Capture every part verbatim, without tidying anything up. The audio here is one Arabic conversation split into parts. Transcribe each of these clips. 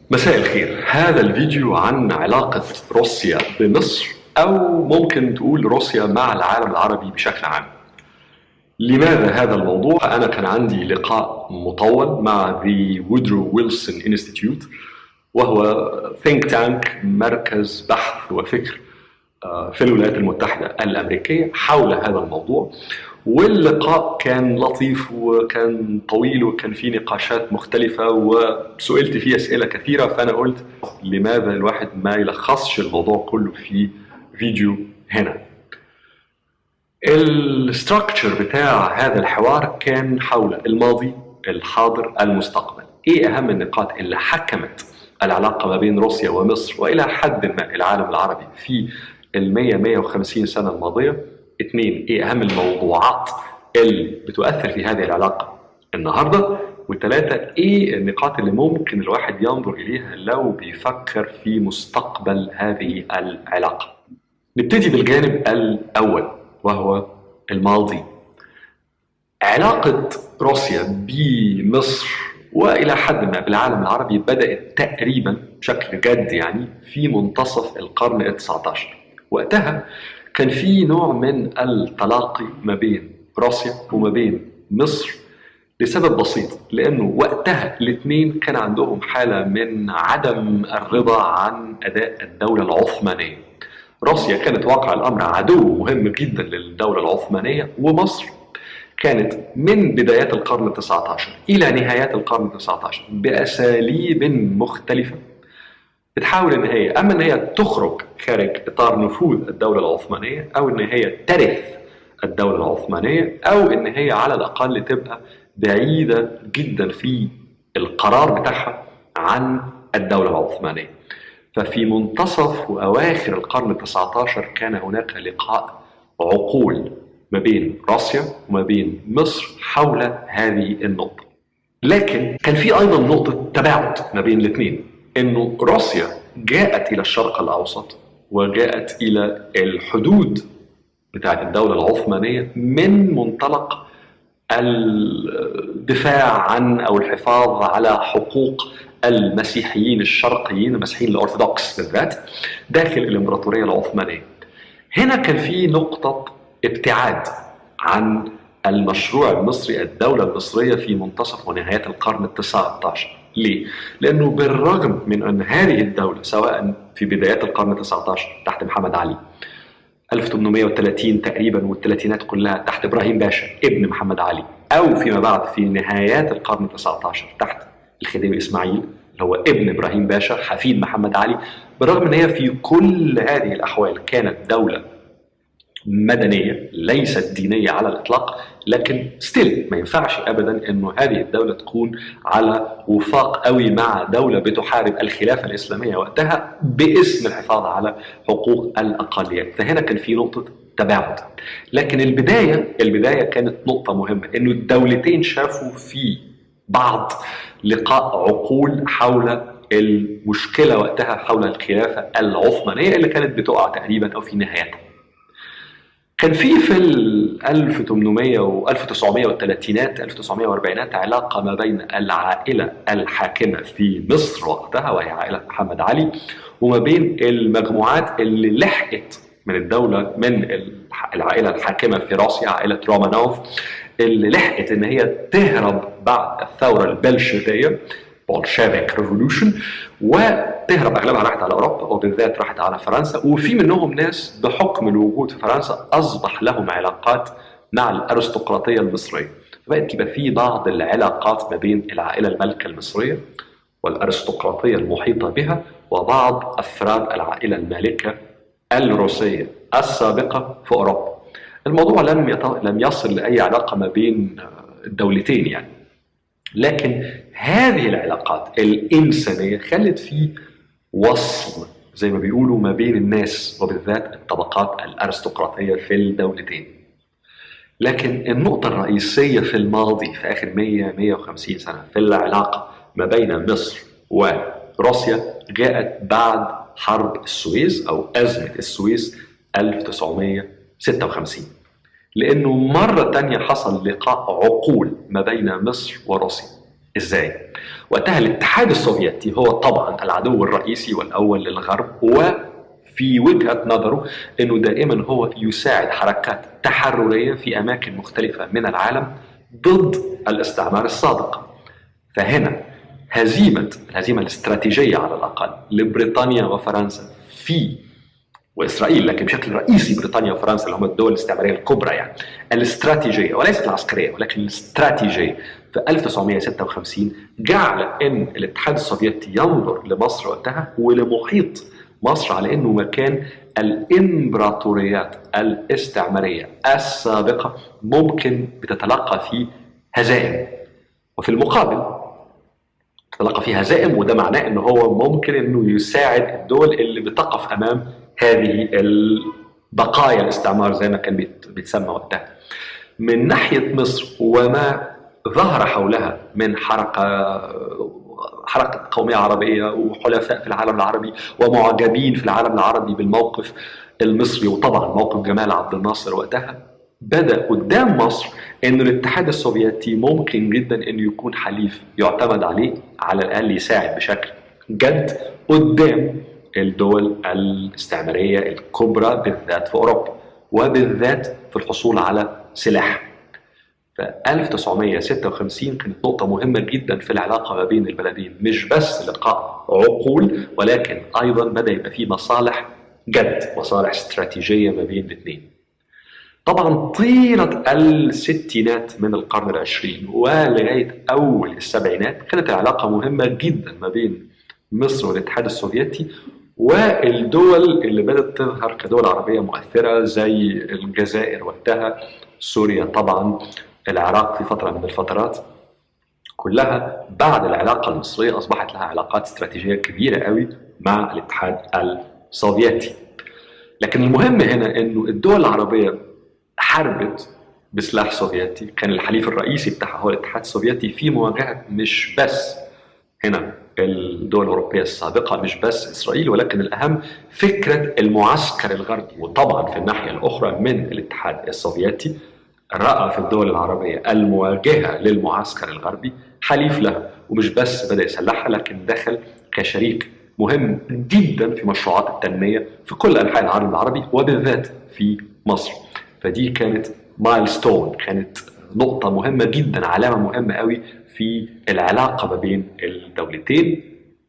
مساء الخير. هذا الفيديو عن علاقة روسيا بمصر، أو ممكن تقول روسيا مع العالم العربي بشكل عام. لماذا هذا الموضوع؟ أنا كان عندي لقاء مطول مع The Woodrow Wilson Institute، وهو think tank، مركز بحث وفكر في الولايات المتحدة الأمريكية حول هذا الموضوع. واللقاء كان لطيف وكان طويل وكان فيه نقاشات مختلفة وسئلت فيه أسئلة كثيرة، فأنا قلت لماذا الواحد ما يلخصش الموضوع كله في فيديو هنا. الستراكتشر بتاع هذا الحوار كان حول الماضي، الحاضر، المستقبل. ايه اهم النقاط اللي حكمت العلاقة ما بين روسيا ومصر والى حد ما العالم العربي في المية مية وخمسين سنة الماضية. اثنين، ايه اهم الموضوعات اللي بتؤثر في هذه العلاقة النهاردة. وثلاثة، ايه النقاط اللي ممكن الواحد ينظر اليها لو بيفكر في مستقبل هذه العلاقة. نبتدي بالجانب الاول وهو الماضي. علاقة روسيا بمصر والى حد ما بالعالم العربي بدأت تقريبا بشكل جد يعني في منتصف القرن التاسع عشر. وقتها كان في نوع من التلاقي ما بين روسيا وما بين مصر لسبب بسيط، لأنه وقتها الاثنين كان عندهم حالة من عدم الرضا عن أداء الدولة العثمانية. روسيا كانت واقع الأمر عدو مهم جدا للدولة العثمانية، ومصر كانت من بدايات القرن التاسع عشر إلى نهايات القرن التاسع عشر بأساليب مختلفة بتحاول ان هي اما ان هي تخرج خارج اطار نفوذ الدوله العثمانيه، او ان هي ترث الدوله العثمانيه، او ان هي على الاقل تبقى بعيده جدا في القرار بتاعها عن الدوله العثمانيه. ففي منتصف واواخر القرن التاسع عشر كان هناك لقاء عقول ما بين روسيا وما بين مصر حول هذه النقطه. لكن كان في ايضا نقطه تباعد ما بين الاثنين، انه روسيا جاءت الى الشرق الاوسط وجاءت الى الحدود بتاعت الدولة العثمانية من منطلق الدفاع عن او الحفاظ على حقوق المسيحيين الشرقيين، المسيحيين الارثوذكس بالذات، داخل الامبراطورية العثمانية. هنا كان في نقطة ابتعاد عن المشروع المصري، الدولة المصرية في منتصف ونهاية القرن التاسع عشر. ليه؟ لأنه بالرغم من أن هذه الدولة سواء في بدايات القرن التاسع عشر تحت محمد علي ألف وثمانمائة وثلاثين تقريبا والثلاثينات كلها تحت إبراهيم باشا ابن محمد علي، أو فيما بعد في نهايات القرن التاسع عشر تحت الخديوي إسماعيل اللي هو ابن إبراهيم باشا حفيد محمد علي، بالرغم أن هي في كل هذه الأحوال كانت دولة مدنية ليست دينية على الإطلاق، لكن ستيل ما ينفعش أبدا أنه هذه الدولة تكون على وفاق قوي مع دولة بتحارب الخلافة الإسلامية وقتها باسم الحفاظ على حقوق الأقليات. فهنا كان في نقطة تباعد. لكن البداية البداية كانت نقطة مهمة، أنه الدولتين شافوا في بعض لقاء عقول حول المشكلة وقتها حول الخلافة العثمانية اللي كانت بتقع تقريبا أو في نهايتها. كان في في ال ألف وثمانمائة و ألف وتسعمائة والثلاثينات ألف وتسعمائة وأربعينات علاقة ما بين العائلة الحاكمة في مصر وقتها وهي عائلة محمد علي، وما بين المجموعات اللي لحقت من الدولة من العائلة الحاكمة في روسيا، عائلة رومانوف، اللي لحقت ان هي تهرب بعد الثورة البلشفية بولشيفيك ريفولوشن، وتهرب اغلبها راحت على اوروبا وبالذات راحت على فرنسا. وفي منهم ناس بحكم الوجود في فرنسا اصبح لهم علاقات مع الارستقراطيه المصريه، فبقت يبقى في بعض العلاقات ما بين العائله المالكه المصريه والارستقراطيه المحيطه بها وبعض افراد العائله المالكه الروسيه السابقه في اوروبا. الموضوع لم يط... لم يصل لاي علاقه ما بين الدولتين يعني، لكن هذه العلاقات الإنسانية خلت في وصل زي ما بيقولوا ما بين الناس وبالذات الطبقات الأرستقراطية في الدولتين. لكن النقطة الرئيسية في الماضي في آخر مية مية وخمسين سنة في العلاقة ما بين مصر وروسيا جاءت بعد حرب السويس أو أزمة السويس ألف وتسعمائة وستة وخمسين، لأنه مرة تانية حصل لقاء عقول ما بين مصر وروسيا. ازاي؟ وقتها الاتحاد السوفيتي هو طبعا العدو الرئيسي والاول للغرب، وفي وجهة نظره انه دائما هو يساعد حركات تحررية في اماكن مختلفة من العالم ضد الاستعمار السابق. فهنا هزيمة الهزيمة الاستراتيجية على الاقل لبريطانيا وفرنسا في واسرائيل، لكن بشكل رئيسي بريطانيا وفرنسا اللي هم الدول الاستعماريه الكبرى، يعني الاستراتيجيه وليست العسكريه ولكن الاستراتيجيه في ألف وتسعمائة وستة وخمسين جعل ان الاتحاد السوفيتي ينظر لمصر وقتها ولمحيط مصر على انه مكان الامبراطوريات الاستعماريه السابقه ممكن بتتلقى فيه هزائم، وفي المقابل تتلقى فيه هزائم، وده معناه انه هو ممكن انه يساعد الدول اللي بتقف امام هذه البقايا الاستعمار زي ما كان بيتسمى وقتها. من ناحية مصر وما ظهر حولها من حركة حركة قومية عربية وحلفاء في العالم العربي ومعجبين في العالم العربي بالموقف المصري، وطبعا موقف جمال عبد الناصر وقتها، بدأ قدام مصر انه الاتحاد السوفيتي ممكن جدا انه يكون حليف يعتمد عليه، على الاقل يساعد بشكل جد قدام الدول الاستعمارية الكبرى بالذات في أوروبا، وبالذات في الحصول على سلاح. ف ألف وتسعمائة وستة وخمسين كانت نقطة مهمة جدا في العلاقة ما بين البلدين، مش بس لقاء عقول ولكن أيضا بدأ يبقى فيه مصالح جد، مصالح استراتيجية ما بين الاثنين. طبعا طيلة الستينات من القرن العشرين ولغاية أول السبعينات كانت العلاقة مهمة جدا ما بين مصر والاتحاد السوفيتي والدول اللي بدأت تظهر كدول عربية مؤثرة زي الجزائر وقتها، سوريا طبعا، العراق في فترة من الفترات. كلها بعد العلاقة المصرية أصبحت لها علاقات استراتيجية كبيرة قوي مع الاتحاد السوفيتي. لكن المهم هنا أنه الدول العربية حاربت بسلاح سوفيتي، كان الحليف الرئيسي بتاعها هو الاتحاد السوفيتي في مواجهة مش بس هنا الدول الأوروبية السابقة، مش بس إسرائيل، ولكن الأهم فكرة المعسكر الغربي. وطبعا في الناحية الأخرى من الاتحاد السوفيتي رأى في الدول العربية المواجهة للمعسكر الغربي حليف له، ومش بس بدأ يسلحها لكن دخل كشريك مهم جدا في مشروعات التنمية في كل أنحاء العالم العربي وبالذات في مصر. فدي كانت مايلستون، كانت نقطة مهمة جدا، علامة مهمة قوي في العلاقة ما بين الدولتين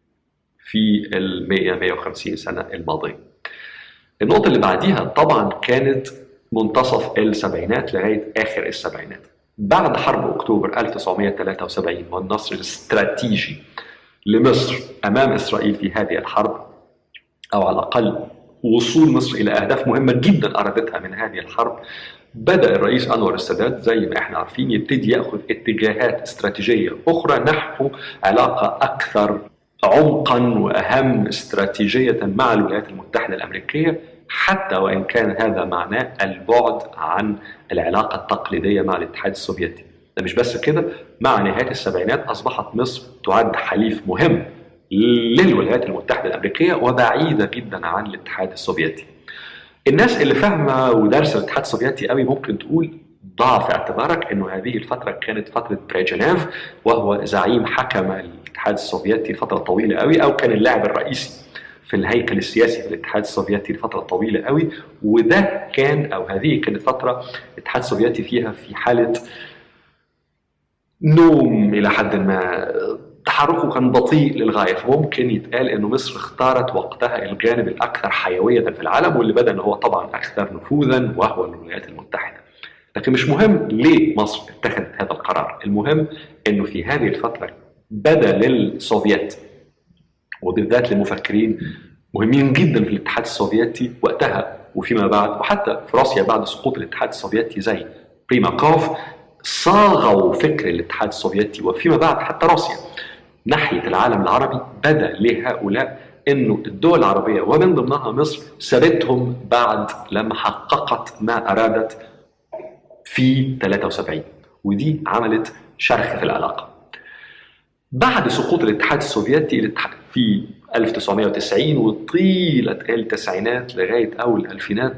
في المئة مئة وخمسين سنة الماضية. النقطة اللي بعديها طبعا كانت منتصف السبعينات لغاية آخر السبعينات، بعد حرب أكتوبر ألف وتسعمائة وثلاثة وسبعين والنصر الاستراتيجي لمصر أمام إسرائيل في هذه الحرب، أو على الأقل وصول مصر إلى أهداف مهمة جدا أرادتها من هذه الحرب، بدأ الرئيس أنور السادات زي ما احنا عارفين يبتدي يأخذ اتجاهات استراتيجية أخرى نحو علاقة أكثر عمقا وأهم استراتيجية مع الولايات المتحدة الأمريكية، حتى وإن كان هذا معناه البعد عن العلاقة التقليدية مع الاتحاد السوفيتي. ده مش بس كده، مع نهاية السبعينات أصبحت مصر تعد حليف مهم للولايات المتحدة الأمريكية وبعيدة جدا عن الاتحاد السوفيتي. الناس اللي فاهمة ودارسة الاتحاد السوفيتي قوي ممكن تقول ضع في اعتبارك انه هذه الفترة كانت فترة بريجنيف، وهو زعيم حكم الاتحاد السوفيتي لفترة طويلة قوي، او كان اللاعب الرئيسي في الهيكل السياسي في الاتحاد السوفيتي لفترة طويلة قوي. وده كان او هذه كانت فترة الاتحاد السوفيتي فيها في حالة نوم الى حد ما، تحركه كان بطيء للغاية، فممكن يتقال انه مصر اختارت وقتها الجانب الاكثر حيوية في العالم، واللي بدا انه هو طبعا اكثر نفوذا وهو الولايات المتحدة. لكن مش مهم ليه مصر اتخذت هذا القرار، المهم انه في هذه الفترة بدا للسوفيت وبالذات لمفكرين مهمين جدا في الاتحاد السوفيتي وقتها وفيما بعد، وحتى في روسيا بعد سقوط الاتحاد السوفيتي زي بريماكوف، صاغوا فكر الاتحاد السوفيتي وفيما بعد حتى روسيا ناحية العالم العربي. بدأ لهؤلاء انه الدول العربية ومن ضمنها مصر سابتهم بعد لما حققت ما ارادت في ثلاثة وسبعين، ودي عملت شرخ في العلاقة. بعد سقوط الاتحاد السوفيتي في ألف وتسعمائة وتسعين وطيلة التسعينات لغاية أول الألفينات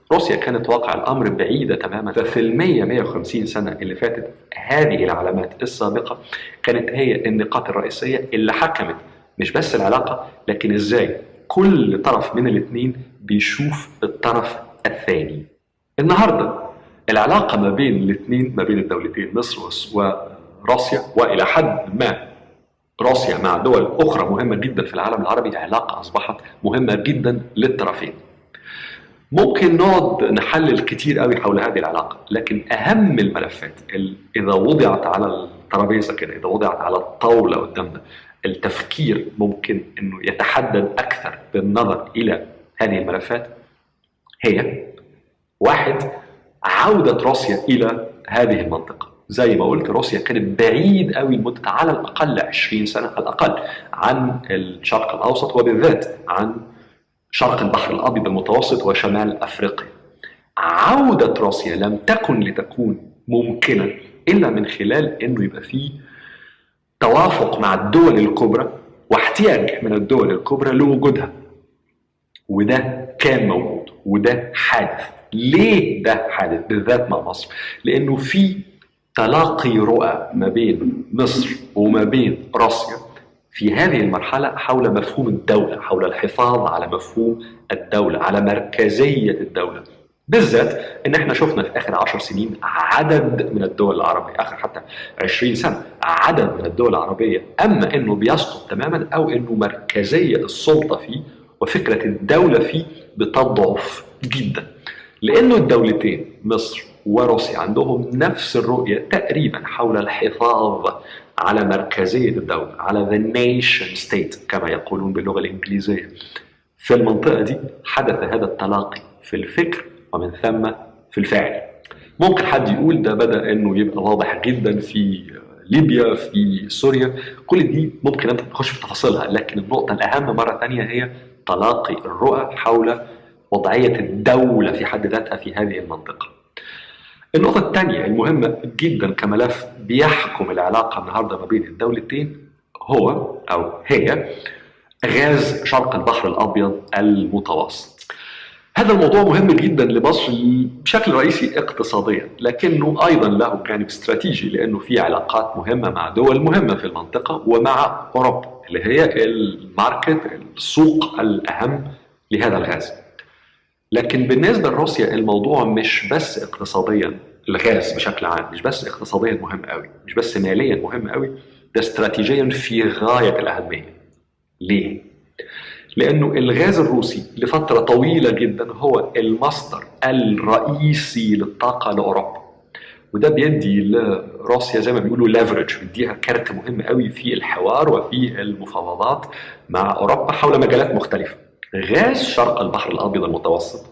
روسيا كانت واقع الأمر بعيدة تماما، ففي المية مية وخمسين سنة اللي فاتت هذه العلامات السابقة كانت هي النقاط الرئيسية اللي حكمت مش بس العلاقة، لكن إزاي كل طرف من الاثنين بيشوف الطرف الثاني. النهاردة العلاقة ما بين الاثنين، ما بين الدولتين مصر وروسيا، وإلى حد ما روسيا مع دول أخرى مهمة جدا في العالم العربي، علاقة أصبحت مهمة جدا للطرفين. ممكن نقعد نحلل كتير قوي حول هذه العلاقة، لكن أهم الملفات اللي إذا وضعت على الترابيزة كده، إذا وضعت على الطاولة قدامنا، التفكير ممكن أنه يتحدد أكثر بالنظر إلى هذه الملفات، هي واحد، عودة روسيا إلى هذه المنطقة. زي ما قلت روسيا كانت بعيد قوي لمدة على الأقل عشرين سنة على الأقل عن الشرق الأوسط، وبالذات عن شرق البحر الأبيض المتوسط وشمال أفريقيا. عودة روسيا لم تكن لتكون ممكنة إلا من خلال أنه يبقى فيه توافق مع الدول الكبرى واحتياج من الدول الكبرى لوجودها، وده كان موجود وده حادث. ليه ده حادث بالذات مع مصر؟ لأنه في تلاقي رؤى ما بين مصر وما بين روسيا في هذه المرحلة حول مفهوم الدولة، حول الحفاظ على مفهوم الدولة، على مركزية الدولة. بالذات ان احنا شفنا في اخر عشر سنين عدد من الدول العربية، اخر حتى عشرين سنة عدد من الدول العربية اما انه بيسقط تماما او انه مركزية السلطة فيه وفكرة الدولة فيه بتضعف جدا، لانه الدولتين مصر وروسيا عندهم نفس الرؤية تقريبا حول الحفاظ على مركزية الدولة، على the nation state كما يقولون باللغة الإنجليزية. في المنطقة دي حدث هذا التلاقي في الفكر ومن ثم في الفعل. ممكن حد يقول ده بدأ أنه يبقى واضح جدا في ليبيا، في سوريا، كل دي ممكن أنت تخش في تفاصيلها، لكن النقطة الأهم مرة ثانية هي تلاقي الرؤى حول وضعية الدولة في حد ذاتها في هذه المنطقة. النقطة الثانية المهمة جدا كملف بيحكم العلاقة النهاردة ما بين الدولتين هو أو هي غاز شرق البحر الأبيض المتوسط. هذا الموضوع مهم جدا لمصر بشكل رئيسي اقتصاديا، لكنه أيضا له جانب استراتيجي، لأنه في علاقات مهمة مع دول مهمة في المنطقة ومع أوروبا اللي هي الماركت، السوق الأهم لهذا الغاز. لكن بالنسبة لروسيا الموضوع مش بس اقتصاديا، الغاز بشكل عام مش بس اقتصاديا مهم قوي، مش بس ماليا مهم قوي، ده استراتيجيا في غاية الأهمية. ليه؟ لأنه الغاز الروسي لفترة طويلة جدا هو المصدر الرئيسي للطاقة لأوروبا، وده بيدي لروسيا زي ما بيقولوا ليفرج، بيديها كارت مهم قوي في الحوار وفي المفاوضات مع أوروبا حول مجالات مختلفة. غاز شرق البحر الأبيض المتوسط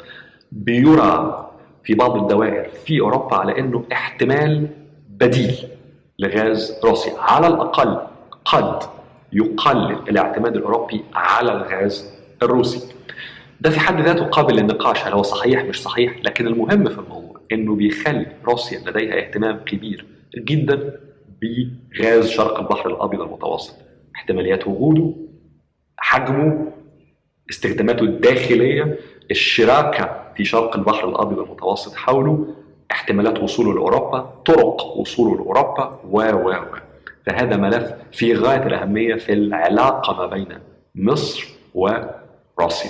بيرى في بعض الدوائر في أوروبا على أنه احتمال بديل لغاز روسيا، على الأقل قد يقلل الاعتماد الأوروبي على الغاز الروسي. ده في حد ذاته قابل للنقاش، هل هو صحيح مش صحيح، لكن المهم في الموضوع أنه بيخلي روسيا لديها اهتمام كبير جدا بغاز شرق البحر الأبيض المتوسط، احتماليات وجوده، حجمه، استخداماته الداخلية، الشراكة في شرق البحر الأبيض المتوسط حوله، احتمالات وصوله لأوروبا، طرق وصوله لأوروبا و و و فهذا ملف في غاية الأهمية في العلاقة ما بين مصر وروسيا.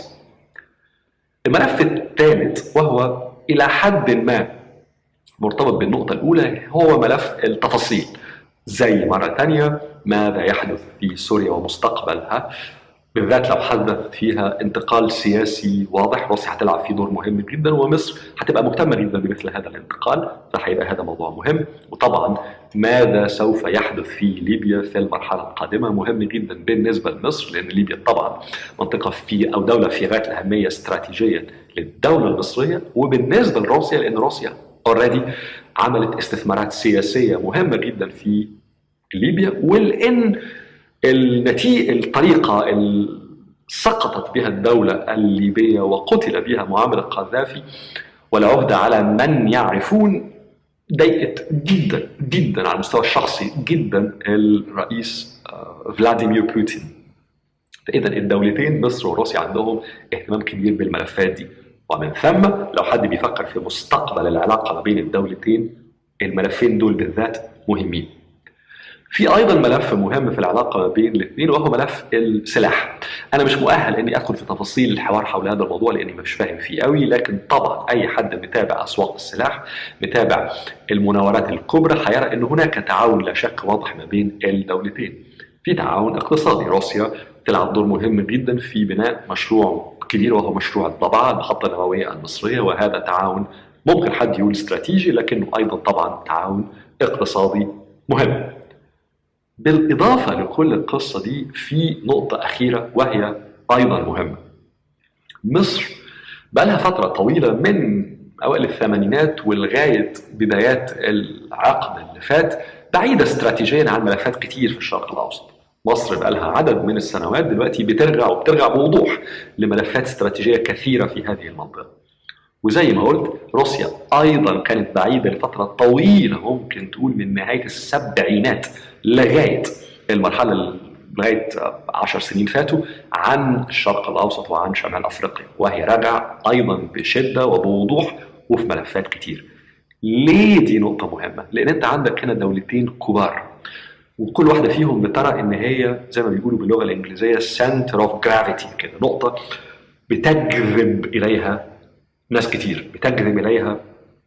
الملف الثالث وهو إلى حد ما مرتبط بالنقطة الأولى هو ملف التفاصيل، زي مرة ثانية ماذا يحدث في سوريا ومستقبلها، بالذات لو حدث فيها انتقال سياسي واضح روسيا هتلعب فيه دور مهم جدا، ومصر هتبقى مهتمة جدا بمثل هذا الانتقال، فهيبقى هذا موضوع مهم. وطبعا ماذا سوف يحدث في ليبيا في المرحلة القادمة مهم جدا بالنسبة لمصر، لأن ليبيا طبعا منطقة في أو دولة في غاية الأهمية استراتيجيا للدولة المصرية، وبالنسبة لروسيا لأن روسيا اوريدي عملت استثمارات سياسية مهمة جدا في ليبيا، ولأن النتيجة الطريقة اللي سقطت بها الدولة الليبية وقتل بها معامر القذافي والعهدة على من يعرفون ضايقت جدا جدا على المستوى الشخصي جدا الرئيس فلاديمير بوتين. فإذا الدولتين مصر وروسيا عندهم اهتمام كبير بالملفات دي، ومن ثم لو حد بيفكر في مستقبل العلاقة ما بين الدولتين، الملفين دول بالذات مهمين. في ايضا ملف مهم في العلاقه ما بين الاثنين، وهو ملف السلاح. انا مش مؤهل اني ادخل في تفاصيل الحوار حول هذا الموضوع لاني مش فاهم فيه قوي، لكن طبعا اي حد متابع اسواق السلاح، متابع المناورات الكبرى، هيرى ان هناك تعاون لا شك واضح ما بين الدولتين. في تعاون اقتصادي، روسيا تلعب دور مهم جدا في بناء مشروع كبير وهو مشروع الضبعه، المحطه النوويه المصريه، وهذا تعاون ممكن حد يقول استراتيجي لكنه ايضا طبعا تعاون اقتصادي مهم. بالإضافة لكل القصة دي في نقطة أخيرة وهي أيضا مهمة. مصر بقى لها فترة طويلة من أوائل الثمانينات ولغاية بدايات العقد اللي فات بعيدة استراتيجيا عن ملفات كتير في الشرق الأوسط. مصر بقى لها عدد من السنوات دلوقتي بترجع وبترجع بوضوح لملفات استراتيجية كثيرة في هذه المنطقة. وزي ما قلت روسيا أيضا كانت بعيدة لفترة طويلة، ممكن تقول من نهاية السبعينات لغاية المرحلة لغاية عشر سنين فاتوا عن الشرق الأوسط وعن شمال أفريقيا، وهي راجعة أيضا بشدة وبوضوح وفي ملفات كتير. ليه دي نقطة مهمة؟ لأن أنت عندك هنا دولتين كبار، وكل واحدة فيهم بترى إن هي زي ما بيقولوا باللغة الإنجليزية center of gravity، كده نقطة بتجذب إليها ناس كتير، بتجذب إليها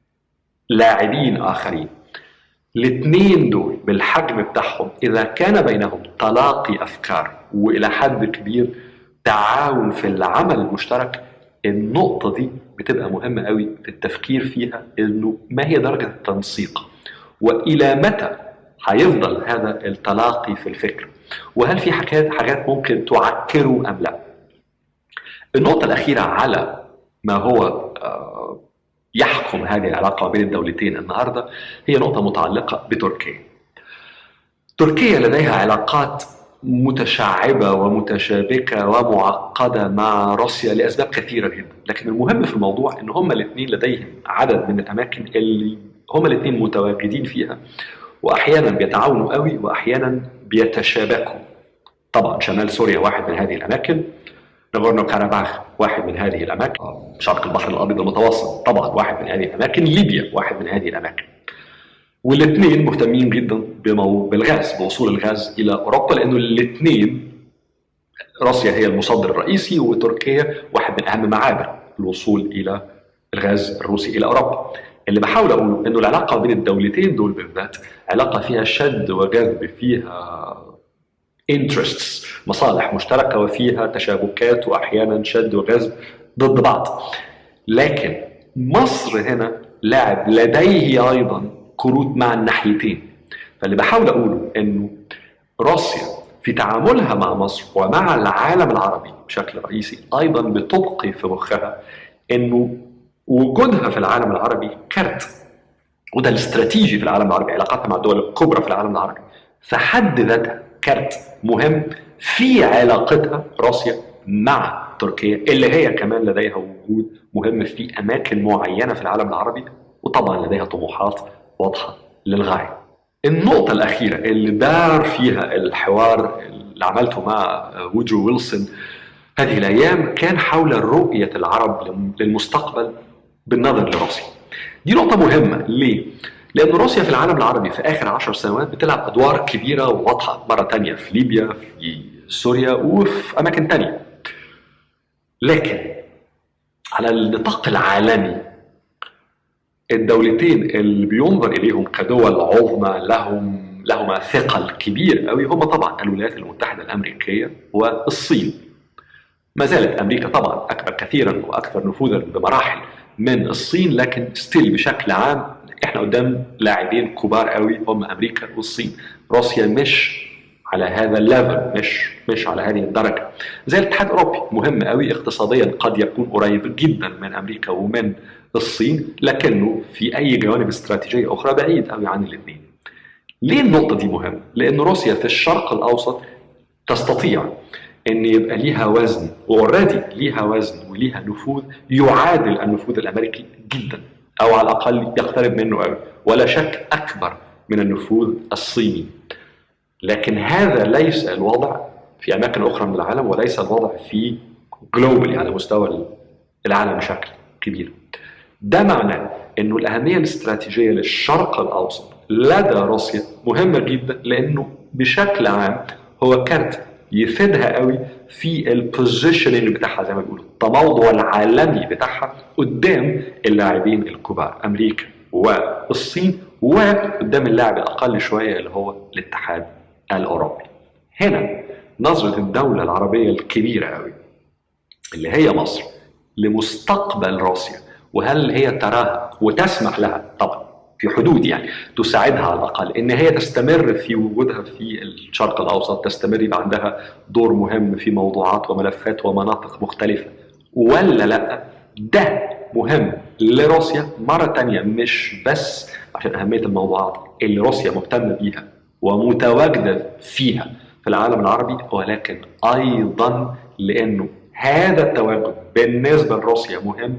لاعبين آخرين. الاثنين دول بالحجم بتاعهم إذا كان بينهم تلاقي أفكار وإلى حد كبير تعاون في العمل المشترك، النقطة دي بتبقى مهمة قوي في التفكير فيها، إنه ما هي درجة التنسيق وإلى متى هيفضل هذا التلاقي في الفكر، وهل في حاجات حاجات ممكن تعكره أم لا. النقطة الأخيرة على ما هو يحكم هذه العلاقة بين الدولتين النهاردة هي نقطة متعلقة بتركيا. تركيا لديها علاقات متشعبة ومتشابكة ومعقدة مع روسيا لأسباب كثيرة جدا، لكن المهم في الموضوع إن هما الاثنين لديهم عدد من الأماكن اللي هما الاثنين متواجدين فيها، وأحيانا بيتعاونوا قوي وأحيانا بيتشابكوا. طبعا شمال سوريا واحد من هذه الأماكن، نغورنو كاراباخ واحد من هذه الأماكن، شرق البحر الأبيض المتوسط طبعا واحد من هذه الأماكن، ليبيا واحد من هذه الأماكن. والاثنين مهتمين جدا بمو... بالغاز، بوصول الغاز إلى أوروبا، لأنه الاثنين روسيا هي المصدر الرئيسي وتركيا واحد من أهم معابر الوصول إلى الغاز الروسي إلى أوروبا. اللي بحاول أقوله إنه العلاقة بين الدولتين دول بالذات علاقة فيها شد وجذب، فيها interests، مصالح مشتركة، وفيها تشابكات وأحيانا شد وجذب ضد بعض. لكن مصر هنا لاعب لديه أيضا كروت مع الناحيتين. فاللي بحاول أقوله إنه روسيا في تعاملها مع مصر ومع العالم العربي بشكل رئيسي أيضا بتبقي في مخها إنه وجودها في العالم العربي كارت، وده الاستراتيجي في العالم العربي، علاقاتها مع الدول الكبرى في العالم العربي في حد ذاتها كارت مهم في علاقتها روسيا مع تركيا، اللي هي كمان لديها وجود مهم في أماكن معينة في العالم العربي، وطبعا لديها طموحات واضحة للغاية. النقطة الأخيرة اللي دار فيها الحوار اللي عملته مع وودرو ويلسون هذه الأيام كان حول رؤية العرب للمستقبل بالنظر لروسيا. دي نقطة مهمة. ليه؟ لأن روسيا في العالم العربي في آخر عشر سنوات بتلعب أدوار كبيرة وواضحة، مرة تانية في ليبيا، في سوريا، وفي أماكن تانية. لكن على النطاق العالمي الدولتين اللي بينظر إليهم كدول عظمى لهم لهما ثقل كبير قوي هم طبعا الولايات المتحدة الأمريكية والصين. ما زالت أمريكا طبعا أكبر كثيرا وأكثر نفوذا بمراحل من الصين، لكن ستيل بشكل عام احنا قدام لاعبين كبار قوي هم أمريكا والصين. روسيا مش على هذا الليفل، مش مش على هذه الدرجة. زي الاتحاد الأوروبي مهم قوي اقتصاديا، قد يكون قريب جدا من أمريكا ومن الصين، لكنه في أي جوانب استراتيجية أخرى بعيد قوي عن الاثنين. ليه النقطة دي مهمة؟ لأن روسيا في الشرق الأوسط تستطيع أن يبقى ليها وزن، وأوريدي ليها وزن وليها نفوذ يعادل النفوذ الأمريكي جدا، أو على الأقل يقترب منه قوي، ولا شك أكبر من النفوذ الصيني. لكن هذا ليس الوضع في أماكن أخرى من العالم، وليس الوضع في جلوبالي على مستوى العالم بشكل كبيرة. ده معناه انه الاهمية الاستراتيجية للشرق الاوسط لدى روسيا مهمة جدا، لانه بشكل عام هو كارت يفيدها قوي في البوزيشننج بتاعها، زي ما بيقولوا التموضع العالمي بتاعها قدام اللاعبين الكبار امريكا والصين، وقدام اللاعب الاقل شويه اللي هو الاتحاد الاوروبي. هنا نظره الدوله العربيه الكبيره قوي اللي هي مصر لمستقبل روسيا، وهل هي تراها وتسمح لها طبعا في حدود يعني تساعدها على الاقل ان هي تستمر في وجودها في الشرق الاوسط، تستمر يبقى عندها دور مهم في موضوعات وملفات ومناطق مختلفه، ولا لا؟ ده مهم لروسيا مره تانية، مش بس عشان اهميه الموضوعات اللي روسيا مهتمه بيها ومتواجده فيها في العالم العربي، ولكن ايضا لانه هذا التواجد بالنسبه لروسيا مهم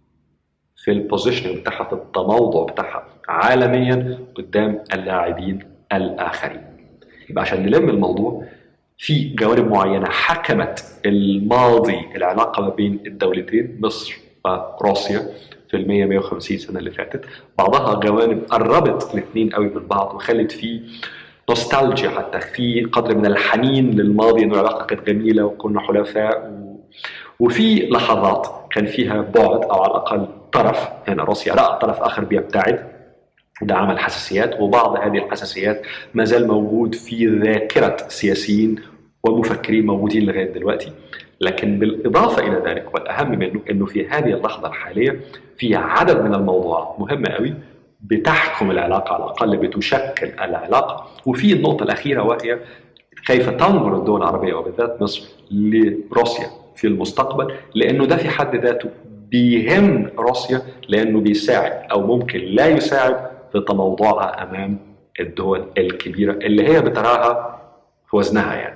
في البوزيشن بتاعها، في التموضع بتاعها عالميا قدام اللاعبين الاخرين. يبقى عشان نلم الموضوع، في جوانب معينه حكمت الماضي العلاقه ما بين الدولتين مصر وروسيا في ال مية مية وخمسين سنه اللي فاتت، بعضها جوانب قربت الاثنين قوي من بعض وخلت فيه نوستالجيا، حتى في قدر من الحنين للماضي، انه العلاقه كانت جميله وكنا حلفاء، و... وفي لحظات كان فيها بعد او على الاقل طرف، هنا يعني روسيا راى طرف اخر بيبتعد، وده عمل حساسيات، وبعض هذه الحساسيات ما زال موجود في ذاكره سياسيين ومفكرين موجودين لغايه دلوقتي. لكن بالاضافه الى ذلك والاهم منه انه في هذه اللحظه الحاليه في عدد من الموضوعات مهمه قوي بتحكم العلاقه، على الاقل بتشكل العلاقه. وفي النقطه الاخيره وهي كيف تنظر الدول العربيه وبالذات مصر لروسيا في المستقبل، لانه ده في حد ذاته بيهم روسيا، لانه بيساعد او ممكن لا يساعد في تموضعها امام الدول الكبيره اللي هي بتراها في وزنها يعني.